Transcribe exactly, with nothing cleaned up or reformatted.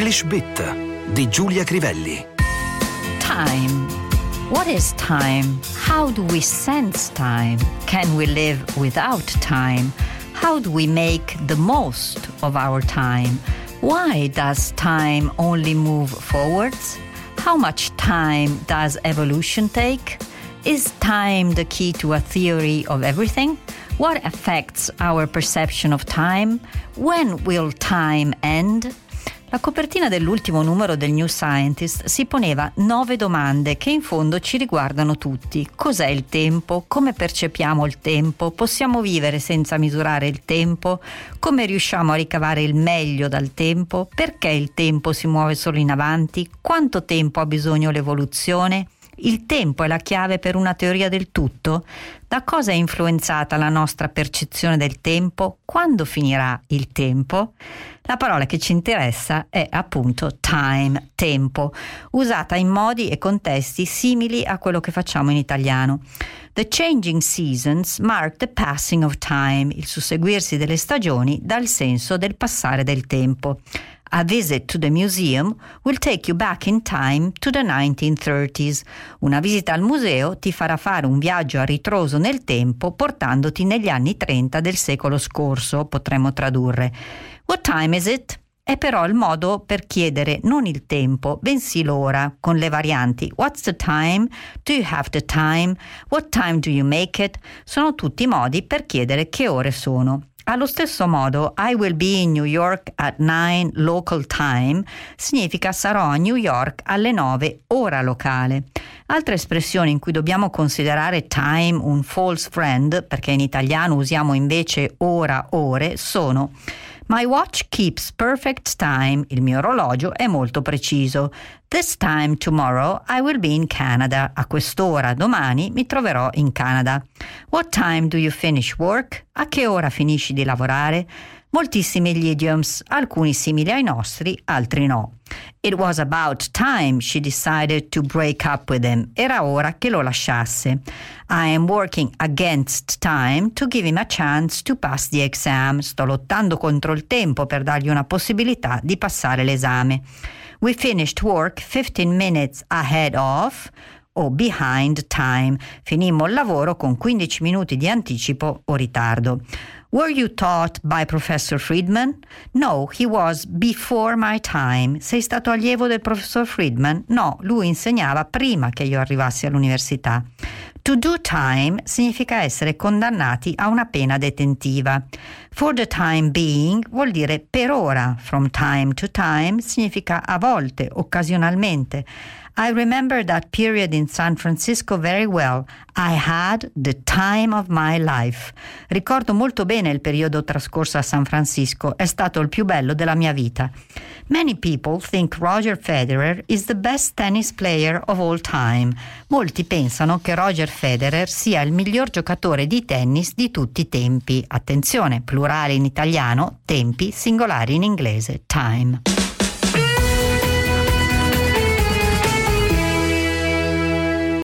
English Bit di Giulia Crivelli. Time. What is time? How do we sense time? Can we live without time? How do we make the most of our time? Why does time only move forwards? How much time does evolution take? Is time the key to a theory of everything? What affects our perception of time? When will time end? La copertina dell'ultimo numero del New Scientist si poneva nove domande che in fondo ci riguardano tutti. Cos'è il tempo? Come percepiamo il tempo? Possiamo vivere senza misurare il tempo? Come riusciamo a ricavare il meglio dal tempo? Perché il tempo si muove solo in avanti? Quanto tempo ha bisogno l'evoluzione? Il tempo è la chiave per una teoria del tutto? Da cosa è influenzata la nostra percezione del tempo? Quando finirà il tempo? La parola che ci interessa è appunto time, tempo, usata in modi e contesti simili a quello che facciamo in italiano. The changing seasons mark the passing of time, il susseguirsi delle stagioni dà il senso del passare del tempo. A visit to the museum will take you back in time to the nineteen thirties. Una visita al museo ti farà fare un viaggio a ritroso nel tempo portandoti negli anni trenta del secolo scorso, potremmo tradurre. What time is it? È però il modo per chiedere non il tempo, bensì l'ora, con le varianti What's the time? Do you have the time? What time do you make it? Sono tutti modi per chiedere che ore sono. Allo stesso modo, I will be in New York at nine local time significa sarò a New York alle nove ora locale. Altre espressioni in cui dobbiamo considerare time un false friend, perché in italiano usiamo invece ora, ore, sono My watch keeps perfect time, il mio orologio è molto preciso. This time tomorrow I will be in Canada. A quest'ora domani mi troverò in Canada. What time do you finish work? A che ora finisci di lavorare? Moltissimi gli idioms, alcuni simili ai nostri, altri no. It was about time she decided to break up with him. Era ora che lo lasciasse. I am working against time to give him a chance to pass the exam. Sto lottando contro il tempo per dargli una possibilità di passare l'esame. We finished work fifteen minutes ahead of o behind time. Finimmo il lavoro con quindici minuti di anticipo o ritardo. Were you taught by Professor Friedman? No, he was before my time. Sei stato allievo del professor Friedman? No, lui insegnava prima che io arrivassi all'università. To do time significa essere condannati a una pena detentiva. For the time being vuol dire per ora. From time to time significa a volte, occasionalmente. I remember that period in San Francisco very well. I had the time of my life. Ricordo molto bene il periodo trascorso a San Francisco. È stato il più bello della mia vita. Many people think Roger Federer is the best tennis player of all time. Molti pensano che Roger Federer sia il miglior giocatore di tennis di tutti i tempi. Attenzione, plurale in italiano, tempi, singolari in inglese, time.